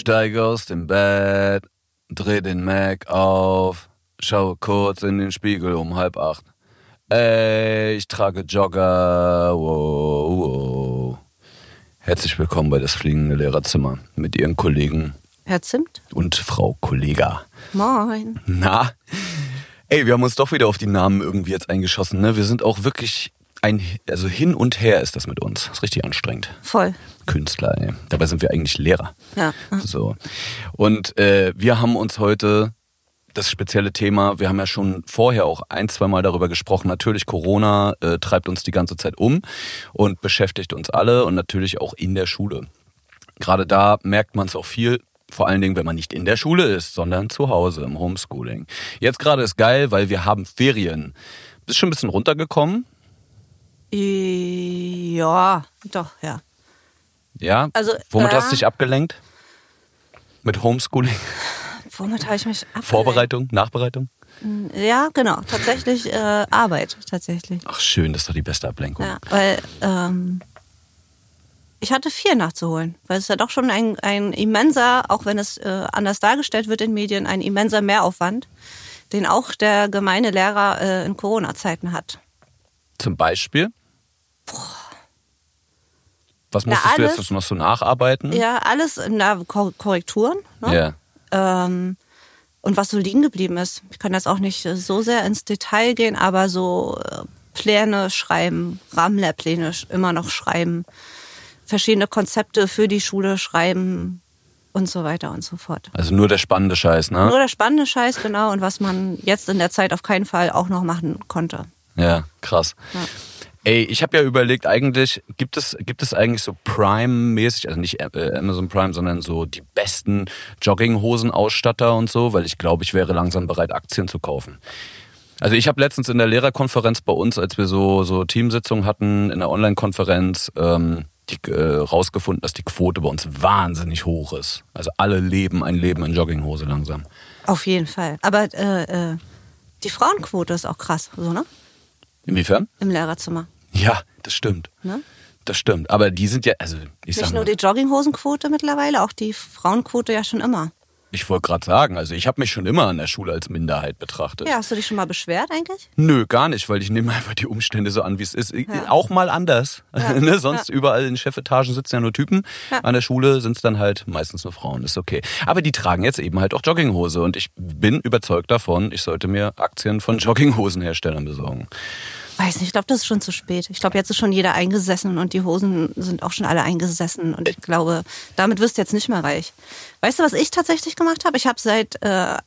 Steige aus dem Bett, dreh den Mac auf, schaue kurz in den Spiegel um 7:30. Ey, ich trage Jogger, wow, wow. Herzlich willkommen bei das fliegende Lehrerzimmer mit Ihren Kollegen Herr Zimt und Frau Kollega. Moin. Na, ey, wir haben uns doch wieder auf die Namen irgendwie jetzt eingeschossen, ne? Wir sind auch wirklich also hin und her ist das mit uns. Das ist richtig anstrengend. Voll. Künstler, ey. Dabei sind wir eigentlich Lehrer. Ja. So. Und wir haben uns heute das spezielle Thema, wir haben ja schon vorher auch 1-2 Mal darüber gesprochen, natürlich Corona treibt uns die ganze Zeit um und beschäftigt uns alle und natürlich auch in der Schule. Gerade da merkt man es auch viel, vor allen Dingen, wenn man nicht in der Schule ist, sondern zu Hause im Homeschooling. Jetzt gerade ist geil, weil wir haben Ferien. Bist schon ein bisschen runtergekommen? Ja, doch, ja. Ja? Also, womit hast du dich abgelenkt? Mit Homeschooling? Womit habe ich mich abgelenkt? Vorbereitung, Nachbereitung? Ja, genau. Tatsächlich Arbeit, tatsächlich. Ach schön, das ist doch die beste Ablenkung. Ja, weil ich hatte viel nachzuholen. Weil es ja doch schon ein immenser, auch wenn es anders dargestellt wird in Medien, ein immenser Mehraufwand, den auch der gemeine Lehrer in Corona-Zeiten hat. Zum Beispiel? Was musstest du jetzt noch so nacharbeiten? Ja, alles, Korrekturen. Ne? Ja. Und was so liegen geblieben ist. Ich kann jetzt auch nicht so sehr ins Detail gehen, aber so Pläne schreiben, Rahmenlehrpläne immer noch schreiben, verschiedene Konzepte für die Schule schreiben und so weiter und so fort. Also nur der spannende Scheiß, ne? Nur der spannende Scheiß, genau. Und was man jetzt in der Zeit auf keinen Fall auch noch machen konnte. Ja, krass. Ja. Ey, ich habe ja überlegt, eigentlich gibt es eigentlich so Prime-mäßig, also nicht Amazon Prime, sondern so die besten Jogginghosen-Ausstatter und so, weil ich glaube, ich wäre langsam bereit, Aktien zu kaufen. Also ich habe letztens in der Lehrerkonferenz bei uns, als wir so Teamsitzungen hatten, in der Online-Konferenz, rausgefunden, dass die Quote bei uns wahnsinnig hoch ist. Also alle leben ein Leben in Jogginghose langsam. Auf jeden Fall. Aber die Frauenquote ist auch krass, so, ne? Inwiefern? Im Lehrerzimmer. Ja, das stimmt. Ne? Das stimmt. Aber die sind ja, also ich sag nicht nur die Jogginghosenquote mittlerweile, auch die Frauenquote ja schon immer. Ich wollte gerade sagen, also ich habe mich schon immer an der Schule als Minderheit betrachtet. Ja, hast du dich schon mal beschwert eigentlich? Nö, gar nicht, weil ich nehme einfach die Umstände so an, wie es ist. Ja. Auch mal anders. Ja. Ne? Sonst überall in Chefetagen sitzen ja nur Typen. Ja. An der Schule sind es dann halt meistens nur Frauen, ist okay. Aber die tragen jetzt eben halt auch Jogginghose und ich bin überzeugt davon, ich sollte mir Aktien von Jogginghosenherstellern besorgen. Weiß nicht, ich glaube, das ist schon zu spät. Ich glaube, jetzt ist schon jeder eingesessen und die Hosen sind auch schon alle eingesessen. Und ich glaube, damit wirst du jetzt nicht mehr reich. Weißt du, was ich tatsächlich gemacht habe? Ich habe seit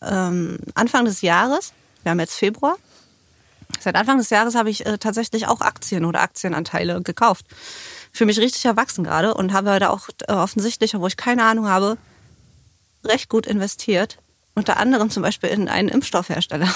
Anfang des Jahres, wir haben jetzt Februar, seit Anfang des Jahres habe ich tatsächlich auch Aktien oder Aktienanteile gekauft. Fühle mich richtig erwachsen gerade und habe da auch offensichtlich, obwohl ich keine Ahnung habe, recht gut investiert. Unter anderem zum Beispiel in einen Impfstoffhersteller.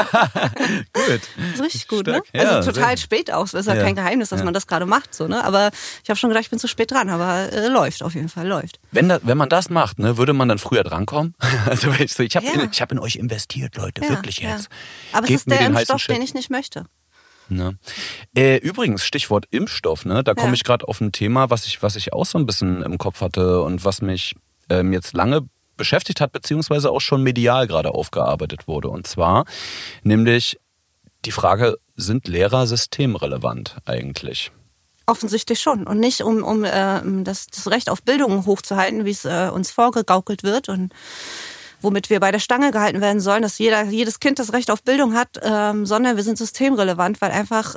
Gut. Das ist richtig gut, stark. Ne? Ja, also total spät aus. Das ist ja kein Geheimnis, dass man das gerade macht. So, ne? Aber ich habe schon gedacht, ich bin zu spät dran. Aber läuft auf jeden Fall, läuft. Wenn man das macht, ne, würde man dann früher drankommen? Also ich hab in euch investiert, Leute, wirklich jetzt. Aber es ist der Impfstoff, den ich nicht möchte. Ne. Übrigens, Stichwort Impfstoff, ne? Da komme ich gerade auf ein Thema, was ich auch so ein bisschen im Kopf hatte und was mich jetzt lange beschäftigt hat, beziehungsweise auch schon medial gerade aufgearbeitet wurde. Und zwar nämlich die Frage, sind Lehrer systemrelevant eigentlich? Offensichtlich schon. Und nicht, um das Recht auf Bildung hochzuhalten, wie es uns vorgegaukelt wird und womit wir bei der Stange gehalten werden sollen, dass jedes Kind das Recht auf Bildung hat, sondern wir sind systemrelevant, weil einfach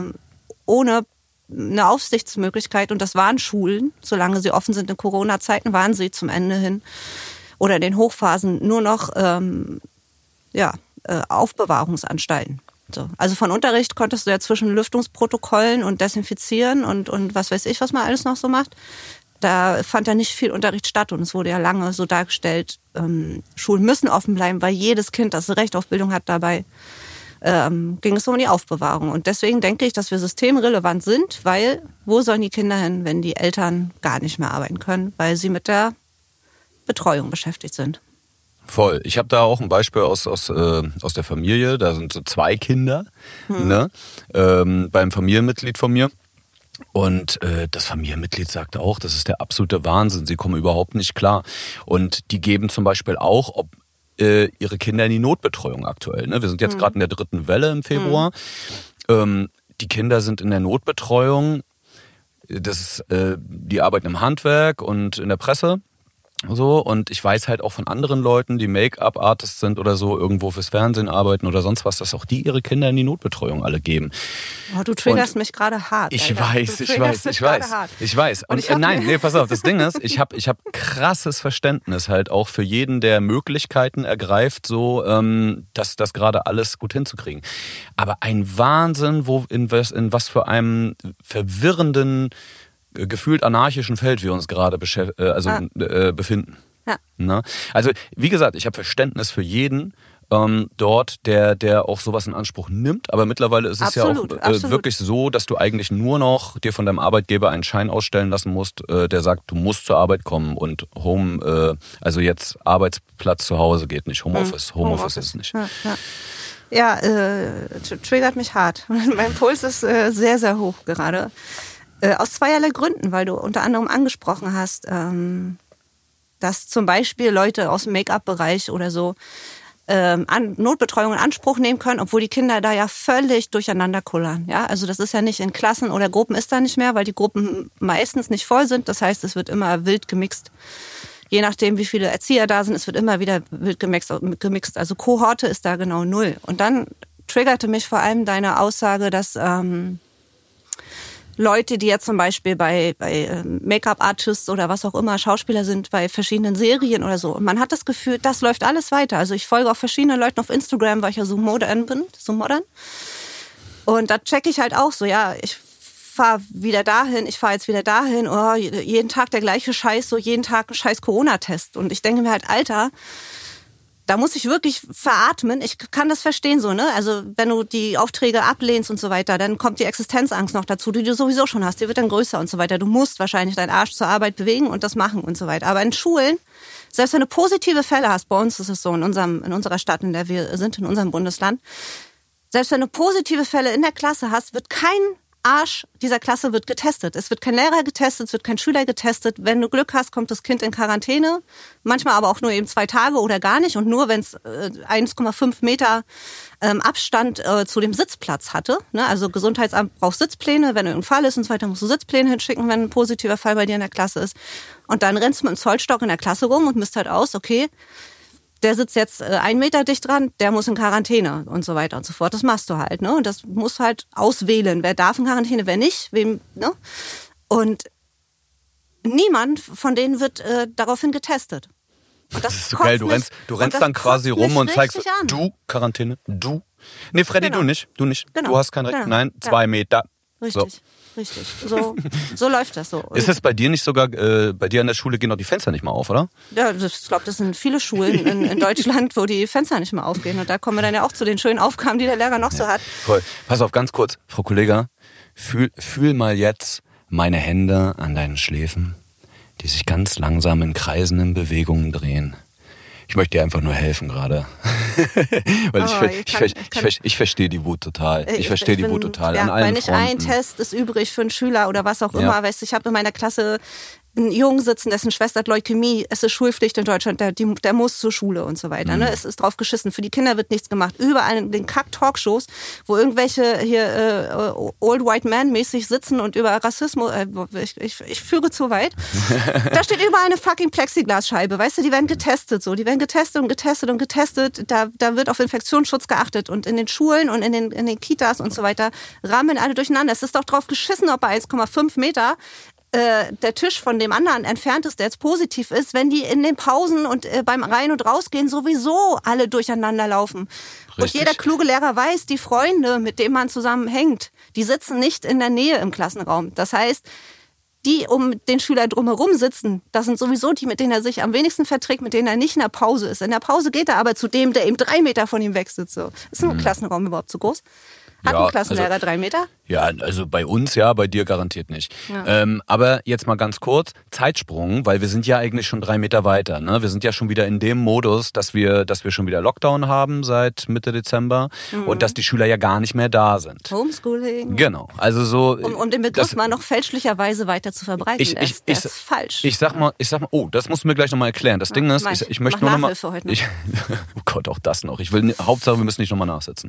ohne eine Aufsichtsmöglichkeit, und das waren Schulen, solange sie offen sind in Corona-Zeiten, waren sie zum Ende hin oder in den Hochphasen nur noch Aufbewahrungsanstalten. So. Also von Unterricht konntest du ja zwischen Lüftungsprotokollen und Desinfizieren und was weiß ich, was man alles noch so macht. Da fand ja nicht viel Unterricht statt und es wurde ja lange so dargestellt, Schulen müssen offen bleiben, weil jedes Kind das Recht auf Bildung hat. Dabei ging es um die Aufbewahrung. Und deswegen denke ich, dass wir systemrelevant sind, weil wo sollen die Kinder hin, wenn die Eltern gar nicht mehr arbeiten können, weil sie mit der Betreuung beschäftigt sind. Voll. Ich habe da auch ein Beispiel aus der Familie. Da sind so 2 Kinder, ne? Beim Familienmitglied von mir. Und das Familienmitglied sagte auch, das ist der absolute Wahnsinn, sie kommen überhaupt nicht klar. Und die geben zum Beispiel auch ihre Kinder in die Notbetreuung aktuell. Ne? Wir sind jetzt gerade in der 3. Welle im Februar. Die Kinder sind in der Notbetreuung. Die arbeiten im Handwerk und in der Presse. So, und ich weiß halt auch von anderen Leuten, die Make-up-Artists sind oder so, irgendwo fürs Fernsehen arbeiten oder sonst was, dass auch die ihre Kinder in die Notbetreuung alle geben. Oh, du triggerst mich gerade hart. Ich weiß. Und pass auf, das Ding ist, ich hab krasses Verständnis halt auch für jeden, der Möglichkeiten ergreift, so, das gerade alles gut hinzukriegen. Aber ein Wahnsinn, in was für einem verwirrenden, gefühlt anarchischen Feld wir uns gerade befinden. Ja. Na? Also wie gesagt, ich habe Verständnis für jeden dort, der auch sowas in Anspruch nimmt. Aber mittlerweile ist es absolut wirklich so, dass du eigentlich nur noch dir von deinem Arbeitgeber einen Schein ausstellen lassen musst, der sagt, du musst zur Arbeit kommen und also jetzt Arbeitsplatz zu Hause geht nicht, Homeoffice ist nicht. Ja, triggert mich hart. Mein Puls ist sehr, sehr hoch gerade. Aus zweierlei Gründen, weil du unter anderem angesprochen hast, dass zum Beispiel Leute aus dem Make-up-Bereich oder so Notbetreuung in Anspruch nehmen können, obwohl die Kinder da ja völlig durcheinander kullern. Ja? Also das ist ja nicht in Klassen oder Gruppen ist da nicht mehr, weil die Gruppen meistens nicht voll sind. Das heißt, es wird immer wild gemixt. Je nachdem, wie viele Erzieher da sind, es wird immer wieder wild gemixt. Also Kohorte ist da genau 0. Und dann triggerte mich vor allem deine Aussage, dass Leute, die jetzt zum Beispiel bei Make-up-Artists oder was auch immer Schauspieler sind, bei verschiedenen Serien oder so. Und man hat das Gefühl, das läuft alles weiter. Also ich folge auch verschiedenen Leuten auf Instagram, weil ich ja so modern bin, so modern. Und da checke ich halt auch so, ja, ich fahre jetzt wieder dahin, oh, jeden Tag der gleiche Scheiß, so jeden Tag ein scheiß Corona-Test. Und ich denke mir halt, Alter, da muss ich wirklich veratmen. Ich kann das verstehen so, ne? Also wenn du die Aufträge ablehnst und so weiter, dann kommt die Existenzangst noch dazu, die du sowieso schon hast. Die wird dann größer und so weiter. Du musst wahrscheinlich deinen Arsch zur Arbeit bewegen und das machen und so weiter. Aber in Schulen, selbst wenn du positive Fälle hast, bei uns ist es so, in unserer Stadt, in der wir sind, in unserem Bundesland, selbst wenn du positive Fälle in der Klasse hast, wird kein Arsch dieser Klasse wird getestet. Es wird kein Lehrer getestet, es wird kein Schüler getestet. Wenn du Glück hast, kommt das Kind in Quarantäne. Manchmal aber auch nur eben 2 Tage oder gar nicht. Und nur, wenn es 1,5 Meter Abstand zu dem Sitzplatz hatte. Ne? Also Gesundheitsamt braucht Sitzpläne. Wenn ein Fall ist und so weiter, musst du Sitzpläne hinschicken, wenn ein positiver Fall bei dir in der Klasse ist. Und dann rennst du mit dem Zollstock in der Klasse rum und misst halt aus, okay, der sitzt jetzt 1 Meter dicht dran, der muss in Quarantäne und so weiter und so fort. Das machst du halt, ne? Und das musst du halt auswählen. Wer darf in Quarantäne, wer nicht, wem, ne? Und niemand von denen wird daraufhin getestet. Und das ist so geil, du rennst dann quasi rum und zeigst, du, Quarantäne, du. Nee, Freddy, genau. Du nicht. Genau. Du hast kein Recht. Genau. Nein, 2 Meter. Richtig. Richtig. So läuft das so. Ist es bei dir nicht sogar, bei dir an der Schule gehen doch die Fenster nicht mal auf, oder? Ja, ich glaube, das sind viele Schulen in Deutschland, wo die Fenster nicht mehr aufgehen. Und da kommen wir dann ja auch zu den schönen Aufgaben, die der Lehrer noch so hat. Voll. Pass auf, ganz kurz, Frau Kollega, fühl mal jetzt meine Hände an deinen Schläfen, die sich ganz langsam in kreisenden Bewegungen drehen. Ich möchte dir einfach nur helfen gerade. Weil ich verstehe die Wut total. Ich verstehe die Wut total. Ja, an allen Fronten. Wenn nicht ein Test ist übrig für einen Schüler oder was auch immer. Weißt du, ich habe in meiner Klasse einen Jungen sitzen, dessen Schwester hat Leukämie. Es ist Schulpflicht in Deutschland, der muss zur Schule und so weiter. Ne? Es ist drauf geschissen. Für die Kinder wird nichts gemacht. Überall in den Kack-Talkshows, wo irgendwelche hier Old White Man mäßig sitzen und über Rassismus, ich führe zu weit. Da steht überall eine fucking Plexiglasscheibe. Weißt du, die werden getestet so. Die werden getestet und getestet und getestet. Da wird auf Infektionsschutz geachtet. Und in den Schulen und in den Kitas und so weiter rammen alle durcheinander. Es ist doch drauf geschissen, ob bei 1,5 Meter der Tisch von dem anderen entfernt ist, der jetzt positiv ist, wenn die in den Pausen und beim Rein- und Rausgehen sowieso alle durcheinander laufen. Richtig. Und jeder kluge Lehrer weiß, die Freunde, mit denen man zusammenhängt, die sitzen nicht in der Nähe im Klassenraum. Das heißt, die um den Schüler drumherum sitzen, das sind sowieso die, mit denen er sich am wenigsten verträgt, mit denen er nicht in der Pause ist. In der Pause geht er aber zu dem, der eben 3 Meter von ihm weg sitzt. So. Ist ein Klassenraum überhaupt so groß? Hat ein Klassenlehrer 3 Meter? Ja, also bei uns ja, bei dir garantiert nicht. Ja. Aber jetzt mal ganz kurz, Zeitsprung, weil wir sind ja eigentlich schon 3 Meter weiter. Ne? Wir sind ja schon wieder in dem Modus, dass wir schon wieder Lockdown haben seit Mitte Dezember und dass die Schüler ja gar nicht mehr da sind. Homeschooling. Genau, also so... Um den Begriff mal noch fälschlicherweise weiter zu verbreiten, das ist falsch. Ich sag mal, oh, das musst du mir gleich nochmal erklären. Das Ding ist, ich möchte nur nochmal... Oh Gott, auch das noch. Hauptsache, wir müssen nicht nochmal nachsitzen.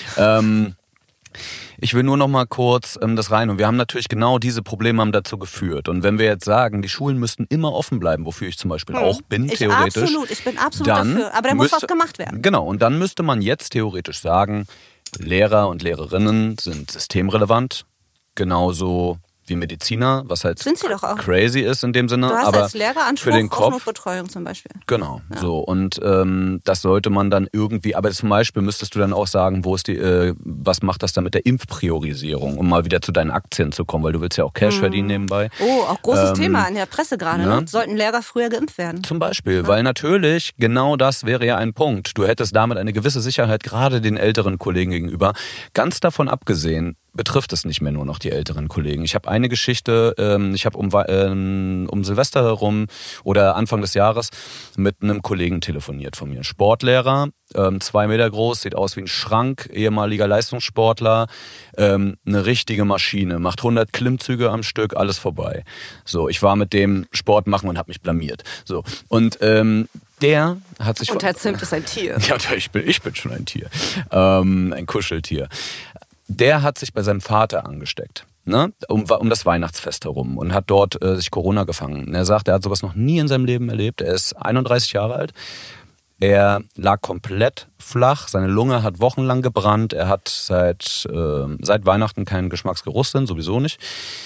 Ich will nur noch mal kurz das rein. Und wir haben natürlich genau diese Probleme haben dazu geführt. Und wenn wir jetzt sagen, die Schulen müssten immer offen bleiben, wofür ich zum Beispiel auch bin, theoretisch. Ich bin absolut dafür. Aber da muss was gemacht werden. Genau. Und dann müsste man jetzt theoretisch sagen, Lehrer und Lehrerinnen sind systemrelevant. Genauso wie Mediziner, was halt sind sie doch auch. Crazy ist in dem Sinne. Du hast aber als Lehrer Anspruch für den Kopf, auf Notbetreuung zum Beispiel. Genau, ja. So. Und das sollte man dann irgendwie, aber zum Beispiel müsstest du dann auch sagen, was macht das dann mit der Impfpriorisierung, um mal wieder zu deinen Aktien zu kommen, weil du willst ja auch Cash verdienen nebenbei. Oh, auch großes Thema in der Presse gerade. Ne? Sollten Lehrer früher geimpft werden? Zum Beispiel, weil natürlich genau das wäre ja ein Punkt. Du hättest damit eine gewisse Sicherheit, gerade den älteren Kollegen gegenüber. Ganz davon abgesehen, betrifft es nicht mehr nur noch die älteren Kollegen. Ich habe eine Geschichte, ich habe um Silvester herum oder Anfang des Jahres mit einem Kollegen telefoniert von mir. Sportlehrer, 2 Meter groß, sieht aus wie ein Schrank, ehemaliger Leistungssportler, eine richtige Maschine, macht 100 Klimmzüge am Stück, alles vorbei. So, ich war mit dem Sport machen und habe mich blamiert. So, und der hat sich... Und Herr Zimt ist ein Tier. Ja, ich bin schon ein Tier, ein Kuscheltier. Der hat sich bei seinem Vater angesteckt, ne? um das Weihnachtsfest herum und hat dort sich Corona gefangen. Und er sagt, er hat sowas noch nie in seinem Leben erlebt. Er ist 31 Jahre alt. Er lag komplett flach. Seine Lunge hat wochenlang gebrannt. Er hat seit Weihnachten keinen Geschmacksgeruchssinn, sowieso nicht.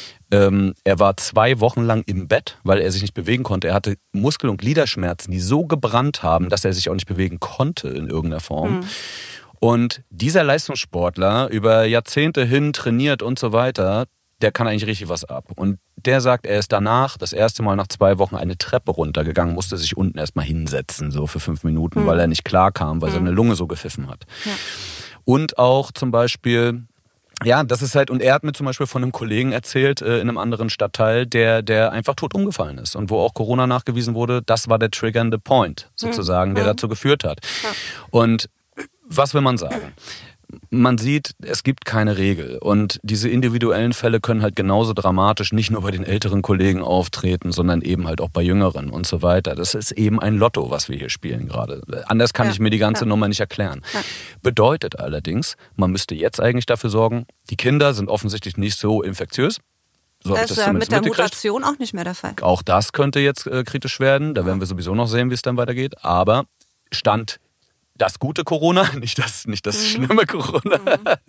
Er war 2 Wochen lang im Bett, weil er sich nicht bewegen konnte. Er hatte Muskel- und Gliederschmerzen, die so gebrannt haben, dass er sich auch nicht bewegen konnte in irgendeiner Form. Und dieser Leistungssportler, über Jahrzehnte hin trainiert und so weiter, der kann eigentlich richtig was ab. Und der sagt, er ist danach das erste Mal nach 2 Wochen eine Treppe runtergegangen, musste sich unten erstmal hinsetzen, so für 5 Minuten, weil er nicht klar kam, weil seine Lunge so gepfiffen hat. Ja. Und auch zum Beispiel... Ja, das ist halt, und er hat mir zum Beispiel von einem Kollegen erzählt, in einem anderen Stadtteil, der einfach tot umgefallen ist und wo auch Corona nachgewiesen wurde, das war der triggernde Point, sozusagen, der dazu geführt hat. Ja. Und was will man sagen? Man sieht, es gibt keine Regel und diese individuellen Fälle können halt genauso dramatisch nicht nur bei den älteren Kollegen auftreten, sondern eben halt auch bei Jüngeren und so weiter. Das ist eben ein Lotto, was wir hier spielen gerade. Anders kann ich mir die ganze Nummer nicht erklären. Ja. Bedeutet allerdings, man müsste jetzt eigentlich dafür sorgen, die Kinder sind offensichtlich nicht so infektiös. So das ist ja mit der Mutation auch nicht mehr der Fall. Auch das könnte jetzt kritisch werden. Da werden wir sowieso noch sehen, wie es dann weitergeht. Aber Stand das gute Corona, nicht das schlimme Corona,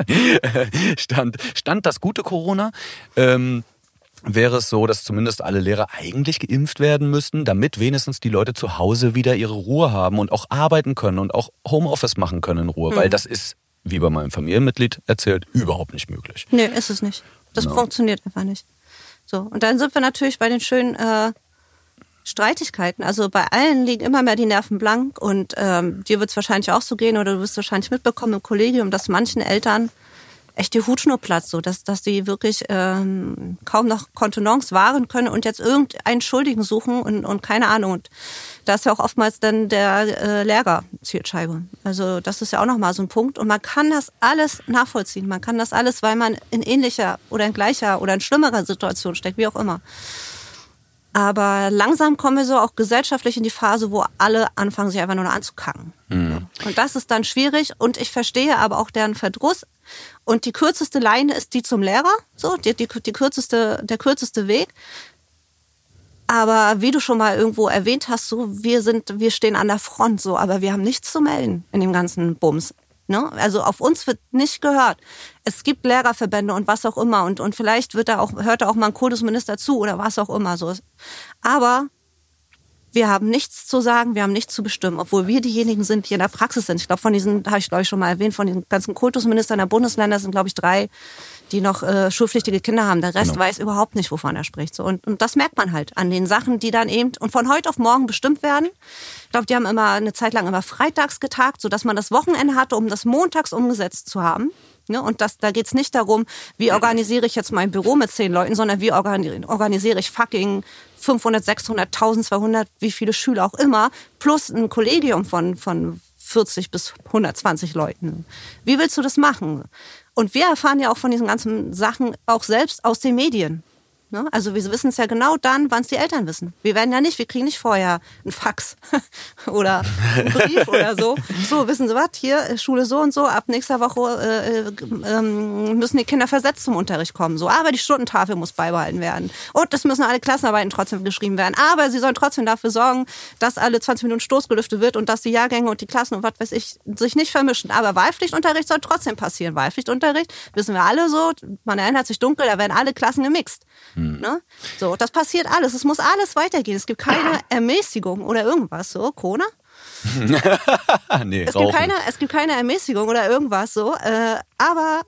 stand das gute Corona, wäre es so, dass zumindest alle Lehrer eigentlich geimpft werden müssten, damit wenigstens die Leute zu Hause wieder ihre Ruhe haben und auch arbeiten können und auch Homeoffice machen können in Ruhe, weil das ist, wie bei meinem Familienmitglied erzählt, überhaupt nicht möglich. Nee, ist es nicht. Das funktioniert einfach nicht. So, und dann sind wir natürlich bei den schönen Streitigkeiten. Also bei allen liegen immer mehr die Nerven blank und dir wird es wahrscheinlich auch so gehen oder du wirst wahrscheinlich mitbekommen im Kollegium, dass manchen Eltern echt die Hutschnur platzt, so dass die wirklich kaum noch Kontenance wahren können und jetzt irgendeinen Schuldigen suchen und keine Ahnung. Und da ist ja auch oftmals dann der Lehrer Zielscheibe. Also das ist ja auch nochmal so ein Punkt. Und man kann das alles nachvollziehen. Man kann das alles, weil man in ähnlicher oder in gleicher oder in schlimmerer Situation steckt, wie auch immer. Aber langsam kommen wir so auch gesellschaftlich in die Phase, wo alle anfangen, sich einfach nur noch anzukacken. Mhm. Und das ist dann schwierig. Und ich verstehe aber auch deren Verdruss. Und die kürzeste Leine ist die zum Lehrer, so der kürzeste Weg. Aber wie du schon mal irgendwo erwähnt hast, so wir stehen an der Front, so, aber wir haben nichts zu melden in dem ganzen Bums. Ne? Also auf uns wird nicht gehört. Es gibt Lehrerverbände und was auch immer und vielleicht hört da auch mal ein Kultusminister zu oder was auch immer so ist. Aber wir haben nichts zu sagen, wir haben nichts zu bestimmen, obwohl wir diejenigen sind, die in der Praxis sind. Ich glaube, habe ich glaube ich schon mal erwähnt, von den ganzen Kultusministern der Bundesländer sind, glaube ich, 3, die noch schulpflichtige Kinder haben. Der Rest weiß überhaupt nicht, wovon er spricht. So, und das merkt man halt an den Sachen, die dann eben und von heute auf morgen bestimmt werden. Ich glaube, die haben immer eine Zeit lang immer freitags getagt, sodass man das Wochenende hatte, um das montags umgesetzt zu haben. Ne? Und da geht's nicht darum, wie organisiere ich jetzt mein Büro mit 10 Leuten, sondern wie organisiere ich fucking 500, 600, 1200, wie viele Schüler auch immer, plus ein Kollegium von 40 bis 120 Leuten. Wie willst du das machen? Und wir erfahren ja auch von diesen ganzen Sachen auch selbst aus den Medien. Ne? Also wir wissen es ja genau dann, wann es die Eltern wissen. Wir kriegen nicht vorher einen Fax oder einen Brief oder so. So, wissen Sie was, hier, Schule so und so, ab nächster Woche müssen die Kinder versetzt zum Unterricht kommen. So, aber die Stundentafel muss beibehalten werden. Und es müssen alle Klassenarbeiten trotzdem geschrieben werden. Aber sie sollen trotzdem dafür sorgen, dass alle 20 Minuten Stoßgelüftet wird und dass die Jahrgänge und die Klassen und was weiß ich sich nicht vermischen. Aber Wahlpflichtunterricht soll trotzdem passieren. Wahlpflichtunterricht, wissen wir alle so, man erinnert sich dunkel, da werden alle Klassen gemixt. Ne? So, das passiert alles. Es muss alles weitergehen. Es gibt keine Ermäßigung oder irgendwas. So, Corona? Nee, es gibt keine Ermäßigung oder irgendwas. So, aber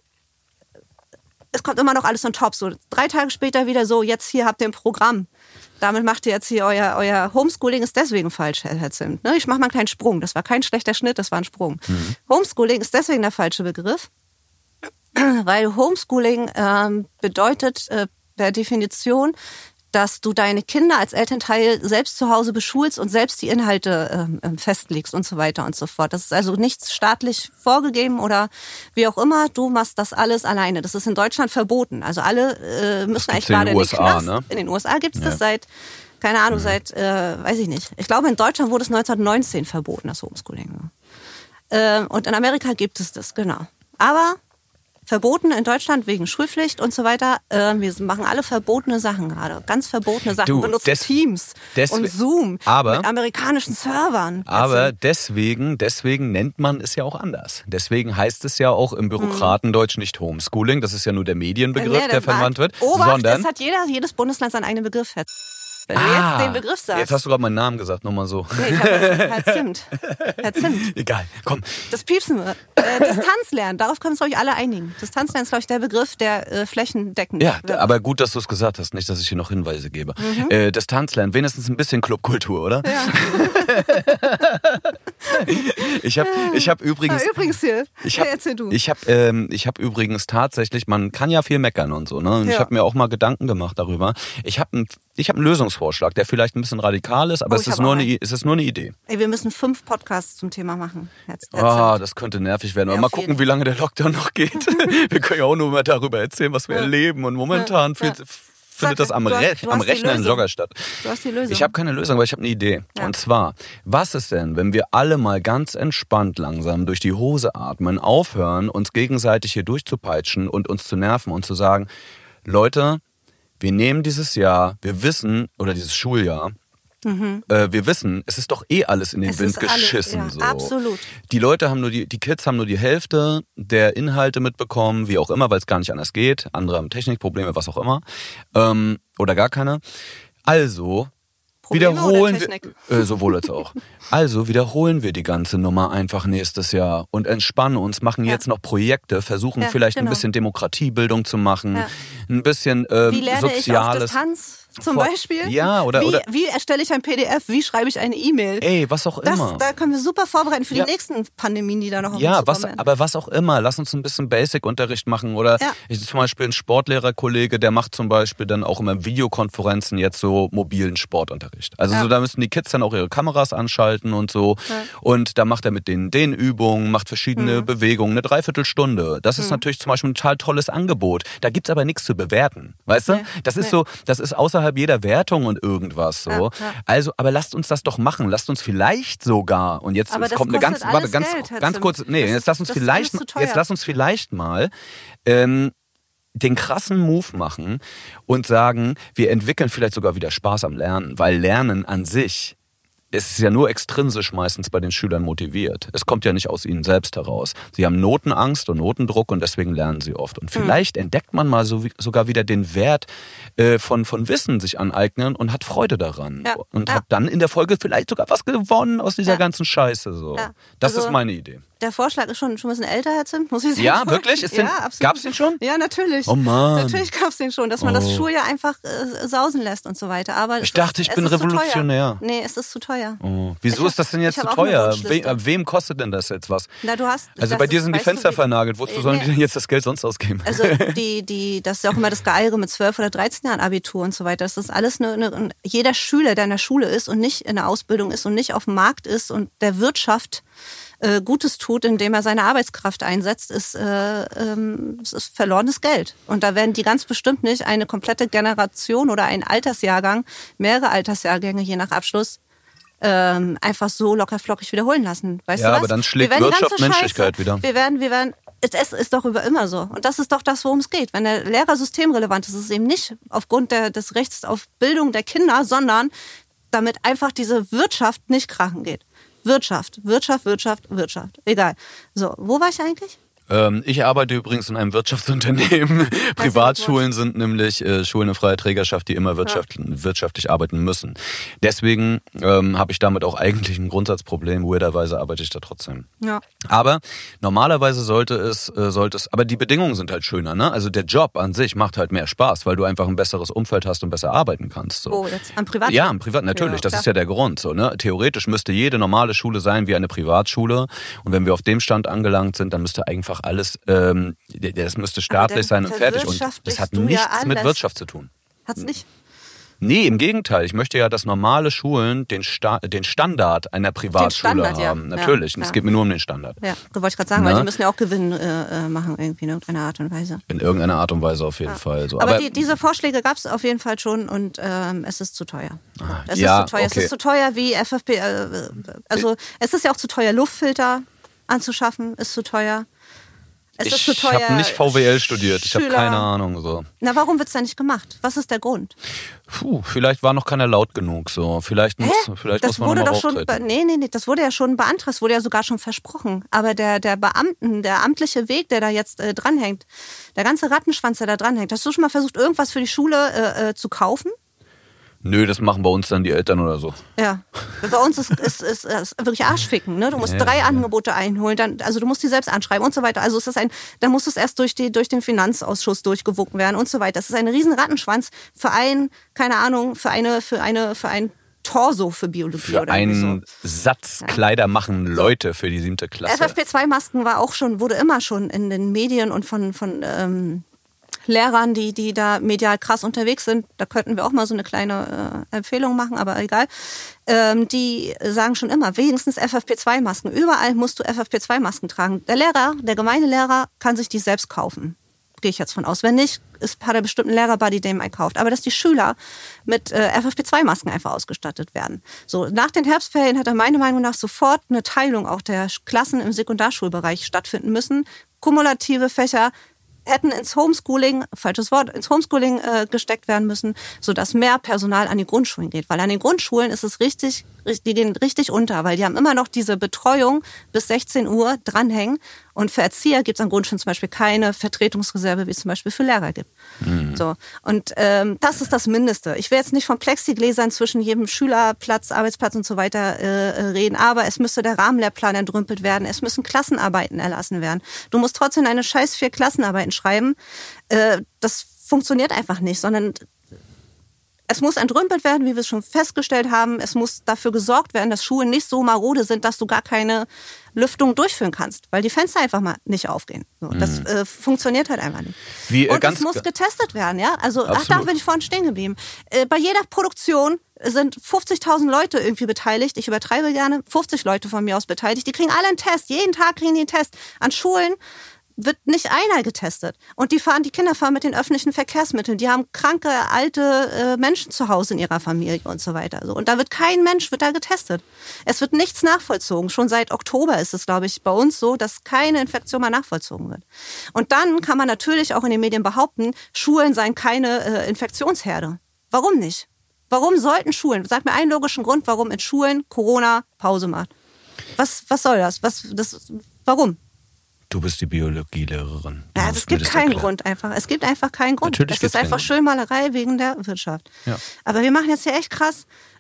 es kommt immer noch alles on top. So, 3 Tage später wieder so, jetzt hier habt ihr ein Programm. Damit macht ihr jetzt hier euer Homeschooling ist deswegen falsch, Herr Zimt. Ne? Ich mache mal einen kleinen Sprung. Das war kein schlechter Schnitt, das war ein Sprung. Homeschooling ist deswegen der falsche Begriff, weil Homeschooling bedeutet per Definition, dass du deine Kinder als Elternteil selbst zu Hause beschulst und selbst die Inhalte festlegst und so weiter und so fort. Das ist also nichts staatlich vorgegeben oder wie auch immer. Du machst das alles alleine. Das ist in Deutschland verboten. Also alle müssen eigentlich gerade in den Knast. Ne? In den USA gibt es das seit, keine Ahnung, weiß ich nicht. Ich glaube, in Deutschland wurde es 1919 verboten, das Homeschooling. Und in Amerika gibt es das, genau. Aber verboten in Deutschland wegen Schulpflicht und so weiter. Wir machen alle verbotene Sachen gerade. Ganz verbotene Sachen. Wir benutzen Teams und Zoom mit amerikanischen Servern. Aber deswegen nennt man es ja auch anders. Deswegen heißt es ja auch im Bürokratendeutsch nicht Homeschooling. Das ist ja nur der Medienbegriff, der verwandt wird. Sondern es hat jedes Bundesland seinen eigenen Begriff. Wenn du jetzt den Begriff sagst. Jetzt hast du gerade meinen Namen gesagt, nochmal so. Nee, ich habe Herr Zimt. Egal, komm. Das piepsen wir. Distanzlernen, darauf können wir uns, glaube ich, alle einigen. Distanzlernen ist, glaube ich, der Begriff, der flächendeckend wird. Ja, aber gut, dass du es gesagt hast, nicht, dass ich hier noch Hinweise gebe. Distanzlernen, wenigstens ein bisschen Clubkultur, oder? Ja. Ich hab übrigens... übrigens hier, erzähl du. Ich hab übrigens tatsächlich, man kann ja viel meckern und so, ne? Und ich habe mir auch mal Gedanken gemacht darüber. Ich habe einen Lösungsvorschlag, der vielleicht ein bisschen radikal ist, aber es ist nur eine Idee. Ey, wir müssen 5 Podcasts zum Thema machen. Das könnte nervig werden. Aber mal gucken, wie lange der Lockdown noch geht. Wir können ja auch nur mal darüber erzählen, was wir erleben. Und momentan findet das am Rechner in Jogger statt. Du hast die Lösung. Ich habe keine Lösung, aber ich habe eine Idee. Ja. Und zwar, was ist denn, wenn wir alle mal ganz entspannt langsam durch die Hose atmen, aufhören, uns gegenseitig hier durchzupeitschen und uns zu nerven und zu sagen, Leute, wir nehmen dieses Jahr, wir wissen, oder dieses Schuljahr, wir wissen, es ist doch eh alles in den Wind geschissen. Alles, ja, so. Absolut. Die Leute haben die Kids haben nur die Hälfte der Inhalte mitbekommen, wie auch immer, weil es gar nicht anders geht. Andere haben Technikprobleme, was auch immer. Oder gar keine. Also wiederholen wir, sowohl als auch. Also wiederholen wir die ganze Nummer einfach nächstes Jahr und entspannen uns, machen jetzt noch Projekte, versuchen vielleicht ein bisschen Demokratiebildung zu machen, ein bisschen Wie lerne Soziales. Ich auf Distanz? Zum Beispiel? Ja, wie erstelle ich ein PDF? Wie schreibe ich eine E-Mail? Ey, was auch immer. Da können wir super vorbereiten für die nächsten Pandemien, die da noch auf uns zukommen. Aber was auch immer. Lass uns ein bisschen Basic-Unterricht machen. Oder zum Beispiel ein Sportlehrerkollege, der macht zum Beispiel dann auch immer Videokonferenzen jetzt so mobilen Sportunterricht. Also so, da müssen die Kids dann auch ihre Kameras anschalten und so. Ja. Und da macht er mit denen Übungen, macht verschiedene Bewegungen, eine Dreiviertelstunde. Das ist natürlich zum Beispiel ein total tolles Angebot. Da gibt's aber nichts zu bewerten. Weißt du? Das ist so, das ist außerhalb jeder Wertung und irgendwas so. Ja. Also, aber lasst uns das doch machen. Lasst uns vielleicht sogar, und jetzt kommt eine ganz kurz, jetzt lass uns vielleicht mal den krassen Move machen und sagen, wir entwickeln vielleicht sogar wieder Spaß am Lernen, weil Lernen an sich ist ja nur extrinsisch meistens bei den Schülern motiviert. Es kommt ja nicht aus ihnen selbst heraus. Sie haben Notenangst und Notendruck und deswegen lernen sie oft. Und vielleicht entdeckt man mal sogar wieder den Wert von Wissen sich aneignen und hat Freude daran. Und hat dann in der Folge vielleicht sogar was gewonnen aus dieser ganzen Scheiße. So. Ja. Das ist meine Idee. der Vorschlag ist schon ein bisschen älter, Herr Zimt, muss ich sagen. Ja, wirklich? Gab's den schon? Ja, natürlich. Oh Mann. Natürlich gab's den schon, dass man das Schuljahr einfach sausen lässt und so weiter. Aber ich dachte, ich bin revolutionär. Nee, es ist zu teuer. Oh. Wieso ist das denn jetzt zu teuer? Wem kostet denn das jetzt was? Na, also bei dir sind die Fenster vernagelt. Wozu sollen die denn jetzt das Geld sonst ausgeben? Also das ist ja auch immer das Geeire mit 12 oder 13 Jahren Abitur und so weiter. Das ist alles jeder Schüler, der in der Schule ist und nicht in der Ausbildung ist und nicht auf dem Markt ist und der Wirtschaft Gutes tut, indem er seine Arbeitskraft einsetzt, ist verlorenes Geld. Und da werden die ganz bestimmt nicht eine komplette Generation oder ein Altersjahrgang, mehrere Altersjahrgänge je nach Abschluss, einfach so lockerflockig wiederholen lassen. Weißt du was? Aber dann schlägt Wirtschaft Menschlichkeit wieder. Wir werden es ist doch immer so. Und das ist doch das, worum es geht. Wenn der Lehrer systemrelevant ist, ist es eben nicht aufgrund des Rechts auf Bildung der Kinder, sondern damit einfach diese Wirtschaft nicht krachen geht. Wirtschaft. Egal. So, wo war ich eigentlich? Ich arbeite übrigens in einem Wirtschaftsunternehmen. Privatschulen sind nämlich Schulen in freier Trägerschaft, die immer wirtschaftlich arbeiten müssen. Deswegen habe ich damit auch eigentlich ein Grundsatzproblem. Weirderweise arbeite ich da trotzdem. Ja. Aber normalerweise sollte es, aber die Bedingungen sind halt schöner, ne? Also der Job an sich macht halt mehr Spaß, weil du einfach ein besseres Umfeld hast und besser arbeiten kannst. So. Oh, jetzt am Privatschulen? Ja, am Privat, natürlich. Das ist ja der Grund. So, ne? Theoretisch müsste jede normale Schule sein wie eine Privatschule. Und wenn wir auf dem Stand angelangt sind, dann müsste einfach alles, das müsste staatlich sein und fertig. Und das hat nichts mit Wirtschaft zu tun. Hat's nicht? Nee, im Gegenteil. Ich möchte ja, dass normale Schulen den Standard einer Privatschule haben. Ja. Natürlich. Ja. Es geht mir nur um den Standard. Ja, wollte ich gerade sagen, weil die müssen ja auch Gewinn machen irgendwie in irgendeiner Art und Weise. In irgendeiner Art und Weise auf jeden Fall. So. Aber diese Vorschläge gab es auf jeden Fall schon und es ist zu teuer. Es ist zu teuer. Okay. Es ist zu teuer wie FFP. Also es ist ja auch zu teuer, Luftfilter anzuschaffen, ist zu teuer. Ich habe nicht VWL studiert, ich habe keine Ahnung. So. Na, warum wird es denn nicht gemacht? Was ist der Grund? Vielleicht war noch keiner laut genug. So. Vielleicht muss man nochmal auftreten. Nee, das wurde ja schon beantragt, das wurde ja sogar schon versprochen. Aber der amtliche Weg, der da jetzt dranhängt, der ganze Rattenschwanz, der da dranhängt, hast du schon mal versucht, irgendwas für die Schule zu kaufen? Nö, das machen bei uns dann die Eltern oder so. Ja, bei uns ist wirklich Arschficken. Ne? Du musst 3 Angebote einholen, also du musst die selbst anschreiben und so weiter. Also dann muss es erst durch den Finanzausschuss durchgewunken werden und so weiter. Das ist ein riesen Rattenschwanz für einen Torso für Biologie für oder einen so. Satz Kleider machen Leute für die 7. Klasse. FFP2-Masken wurde immer schon in den Medien und von Lehrern, die da medial krass unterwegs sind, da könnten wir auch mal so eine kleine Empfehlung machen, aber egal. Die sagen schon immer, wenigstens FFP2-Masken. Überall musst du FFP2-Masken tragen. Der gemeine Lehrer kann sich die selbst kaufen. Gehe ich jetzt von aus. Wenn nicht, hat er bestimmt einen Lehrer-Buddy, den er kauft. Aber dass die Schüler mit FFP2-Masken einfach ausgestattet werden. So, nach den Herbstferien hat er meiner Meinung nach sofort eine Teilung auch der Klassen im Sekundarschulbereich stattfinden müssen. Kumulative Fächer hätten ins Homeschooling gesteckt werden müssen, sodass mehr Personal an die Grundschulen geht. Weil an den Grundschulen ist es die gehen richtig unter, weil die haben immer noch diese Betreuung bis 16 Uhr dranhängen. Und für Erzieher gibt es an Grundschulen zum Beispiel keine Vertretungsreserve, wie es zum Beispiel für Lehrer gibt. Mhm. So. Und das ist das Mindeste. Ich will jetzt nicht von Plexigläsern zwischen jedem Schülerplatz, Arbeitsplatz und so weiter reden, aber es müsste der Rahmenlehrplan entrümpelt werden. Es müssen Klassenarbeiten erlassen werden. Du musst trotzdem eine scheiß 4 Klassenarbeiten schreiben. Das funktioniert einfach nicht, sondern es muss entrümpelt werden, wie wir es schon festgestellt haben. Es muss dafür gesorgt werden, dass Schulen nicht so marode sind, dass du gar keine Lüftung durchführen kannst, weil die Fenster einfach mal nicht aufgehen. So, das funktioniert halt einfach nicht. Und es muss getestet werden, ja. Also da bin ich vorhin stehen geblieben. Bei jeder Produktion sind 50.000 Leute irgendwie beteiligt. Ich übertreibe gerne. 50 Leute von mir aus beteiligt. Die kriegen alle einen Test. Jeden Tag kriegen die einen Test. An Schulen wird nicht einer getestet. Und die Kinder fahren mit den öffentlichen Verkehrsmitteln. Die haben kranke, alte Menschen zu Hause in ihrer Familie und so weiter. Und da wird kein Mensch getestet. Es wird nichts nachvollzogen. Schon seit Oktober ist es, glaube ich, bei uns so, dass keine Infektion mehr nachvollzogen wird. Und dann kann man natürlich auch in den Medien behaupten, Schulen seien keine Infektionsherde. Warum nicht? Warum sollten Schulen, sag mir einen logischen Grund, warum in Schulen Corona Pause macht. Was soll das? Warum? Du bist die Biologielehrerin. Ja, es gibt keinen Grund einfach. Es gibt einfach keinen Grund. Es ist einfach Schönmalerei wegen der Wirtschaft. Ja. Aber wir machen jetzt hier echt krass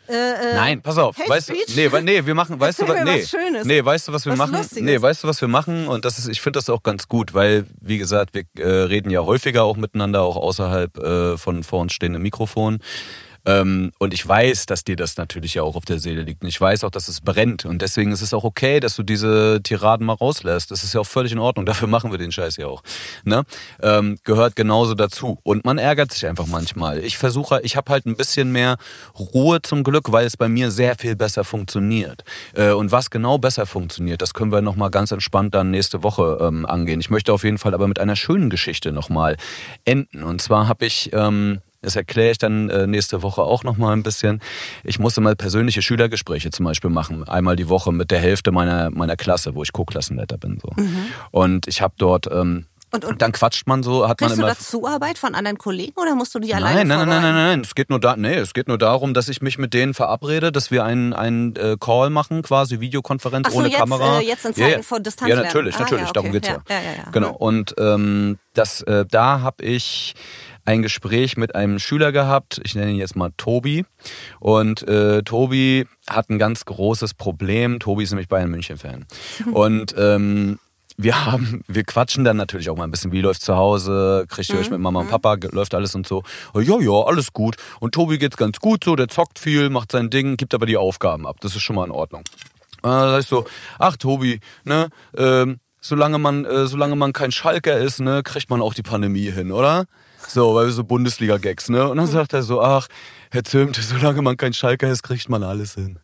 Nein, pass auf. Weißt du, wir machen, weißt du, was Schönes. Weißt du, was wir machen? Lustiges. Nee, weißt du, was wir machen? Und ich finde das auch ganz gut, weil, wie gesagt, wir reden ja häufiger auch miteinander, auch außerhalb von vor uns stehenden Mikrofonen. Und ich weiß, dass dir das natürlich ja auch auf der Seele liegt. Und ich weiß auch, dass es brennt. Und deswegen ist es auch okay, dass du diese Tiraden mal rauslässt. Das ist ja auch völlig in Ordnung. Dafür machen wir den Scheiß ja auch. Ne? Gehört genauso dazu. Und man ärgert sich einfach manchmal. Ich habe halt ein bisschen mehr Ruhe zum Glück, weil es bei mir sehr viel besser funktioniert. Und was genau besser funktioniert, das können wir nochmal ganz entspannt dann nächste Woche angehen. Ich möchte auf jeden Fall aber mit einer schönen Geschichte nochmal enden. Und zwar habe ich... das erkläre ich dann nächste Woche auch nochmal ein bisschen. Ich musste mal persönliche Schülergespräche zum Beispiel machen. Einmal die Woche mit der Hälfte meiner Klasse, wo ich Co-Klassenleiter bin. So. Und ich habe dort... Und dann quatscht man so, hat man immer... Kriegst du da Zuarbeit von anderen Kollegen oder musst du die alleine Nein. Es geht nur darum, dass ich mich mit denen verabrede, dass wir einen Call machen, quasi Videokonferenz ohne Kamera. Jetzt in Zeiten von Distanz. Ja, natürlich, okay. darum geht's ja. Genau. Mhm. Und da habe ich ein Gespräch mit einem Schüler gehabt, ich nenne ihn jetzt mal Tobi. Und Tobi hat ein ganz großes Problem. Tobi ist nämlich Bayern-München-Fan. Und wir quatschen dann natürlich auch mal ein bisschen, wie läuft's zu Hause, kriegt ihr euch mit Mama und Papa, läuft alles und so. Ja, alles gut. Und Tobi geht's ganz gut so, der zockt viel, macht sein Ding, gibt aber die Aufgaben ab. Das ist schon mal in Ordnung. Da sag ich so, ach Tobi, ne, solange man kein Schalker ist, ne, kriegt man auch die Pandemie hin, oder? So, weil wir so Bundesliga-Gags, ne? Und dann sagt er so, ach, Herr Zömt, solange man kein Schalker ist, kriegt man alles hin.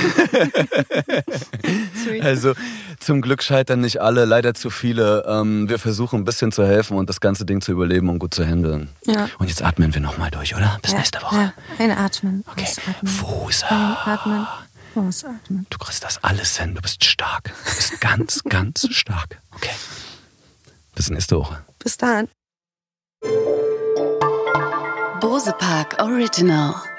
Also, zum Glück scheitern nicht alle, leider zu viele. Wir versuchen ein bisschen zu helfen und das ganze Ding zu überleben und gut zu handeln. Ja. Und jetzt atmen wir nochmal durch, oder? Bis nächste Woche. Ja. Einatmen. Okay. Fuß. Einatmen. Ausatmen. Du kriegst das alles hin, du bist stark. Du bist ganz, ganz stark. Okay. Bis nächste Woche. Bis dann. Bose Park Original.